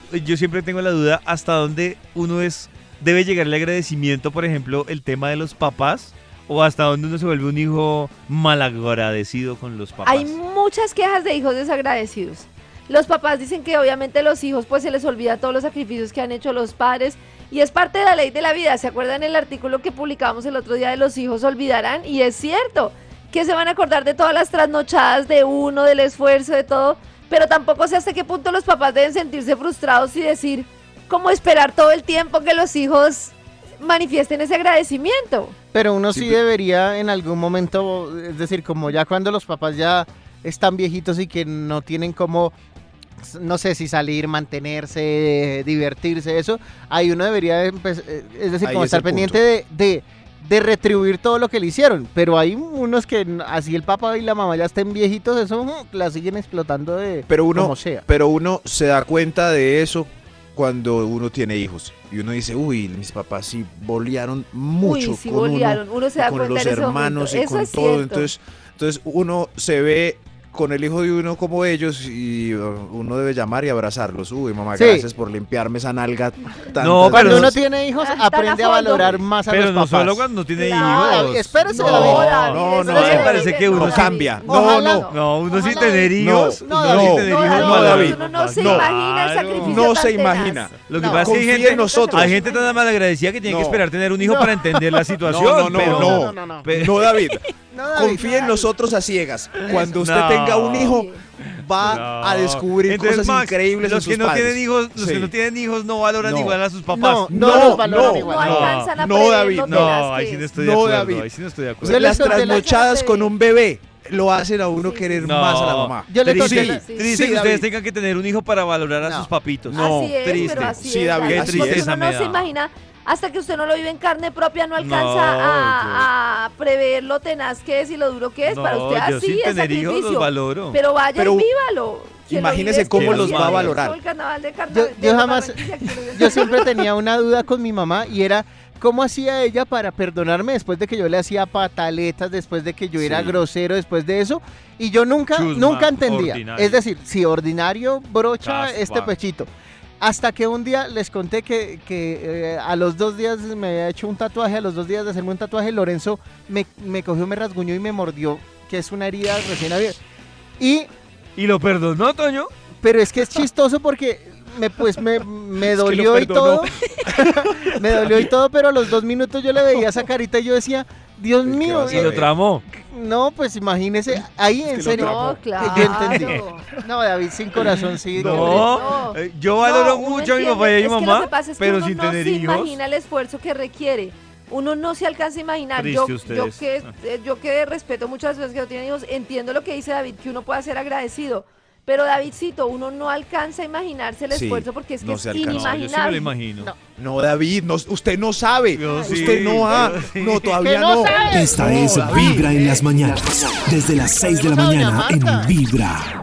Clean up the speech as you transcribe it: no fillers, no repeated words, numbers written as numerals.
yo siempre tengo la duda hasta dónde debe llegar el agradecimiento, por ejemplo, el tema de los papás, o hasta dónde uno se vuelve un hijo malagradecido con los papás. Hay muchas quejas de hijos desagradecidos. Los papás dicen que obviamente los hijos pues se les olvida todos los sacrificios que han hecho los padres y es parte de la ley de la vida. ¿Se acuerdan el artículo que publicamos el otro día de los hijos olvidarán? Y es cierto que se van a acordar de todas las trasnochadas de uno, del esfuerzo, de todo, pero tampoco sé hasta qué punto los papás deben sentirse frustrados y decir cómo esperar todo el tiempo que los hijos manifiesten ese agradecimiento. Pero uno sí debería en algún momento, es decir, como ya cuando los papás ya están viejitos y que no tienen como, no sé si salir, mantenerse, divertirse, eso, ahí uno debería es decir, como estar pendiente de retribuir todo lo que le hicieron, pero hay unos que así el papá y la mamá ya estén viejitos, eso la siguen explotando como sea. Pero uno se da cuenta de eso cuando uno tiene hijos y uno dice, uy, mis papás sí bolearon mucho sí con uno se da con cuenta los en ese hermanos y momento. con Eso es todo, cierto. entonces uno se ve con el hijo de uno como ellos y uno debe llamar y abrazarlos. Uy, mamá, gracias por limpiarme esa nalga. No, cuando uno tiene hijos, aprende a valorar más a los Pero no papás. solo cuando tiene David, hijos. espérese, No, David. David, No, eso no, es me parece que uno no sí- cambia. Ojalá. No, uno sin Ojalá. tener hijos. No, uno David. sin tener No, hijos, David, no, David. uno no se No. imagina el sacrificio No tan se tenaz. imagina. Lo que No. pasa es que Confíe en nosotros. hay gente tan malagradecida que tiene que esperar tener un hijo para entender la situación. No. No, David. No, David. Confíe en nosotros a ciegas. Cuando usted No. tenga un hijo, va a descubrir Entonces, cosas Max, increíbles los en que sus no padres. tienen hijos, los Sí. que no tienen hijos no valoran No. igual a sus papás. No los valoran no. igual. No alcanzan a No, prever David, lo No, tenaz ahí que sí no es. estoy de No, acuerdo. David. Ahí sí no estoy de O acuerdo. sea, Yo les las conté la trasnochadas clase con de- un bebé lo hacen a uno querer No. más a la mamá. Yo le Triste, conté Sí. triste Sí, que ustedes David. tengan que tener un hijo para valorar a No. sus papitos. No, Así es, triste. pero así Sí, es, David, David, así porque es. uno no me se da. imagina, hasta que usted no lo vive en carne propia, no alcanza No, a prever lo tenaz que es y lo duro que es. Para usted yo así sin es tener hijos sacrificio. los valoro. Pero vaya Pero y vívalo. Que lo imagínese vive cómo este los va a día, valorar. todo el carnaval de Yo de jamás, Barranquilla, que lo- yo siempre tenía una duda con mi mamá y era cómo hacía ella para perdonarme después de que yo le hacía pataletas, después de que yo era Sí. grosero, después de eso, y yo nunca Chusma, entendía. ordinario. Es decir, si ordinario brocha Caspa. este pechito. Hasta que un día les conté que a los 2 días me había hecho un tatuaje, a los 2 días de hacerme un tatuaje, Lorenzo me cogió, me rasguñó y me mordió, que es una herida recién abierta. ¿Y lo perdonó, Toño? Pero es que es chistoso porque me dolió y perdonó. todo. Me dolió y todo, pero a los 2 minutos yo le veía esa carita y yo decía, Dios ¿Qué mío. vas a Y lo ver? tramó. No, pues imagínese, ahí en que lo serio. tramó. No, claro. Yo entendí. No, David, sin corazón, sí. No, No. yo valoro No, uno mucho a mi entiende, papá y a mi es que lo mamá, que pasa es que pero uno sin no tener se hijos. imagina el esfuerzo que requiere. Uno no se alcanza a imaginar. Triste Yo ustedes. yo que respeto muchas veces que no tienen hijos, entiendo lo que dice David, que uno puede ser agradecido. Pero Davidcito, uno no alcanza a imaginarse el Sí, esfuerzo porque es que no es se alcanza. No, yo sí me lo inimaginable. imagino. No. No, David, usted no sabe. Yo sí, Usted no ha. yo sí. No, todavía Que no no. sabe. Esta es Vibra en las mañanas. Desde las 6 de la mañana en Vibra.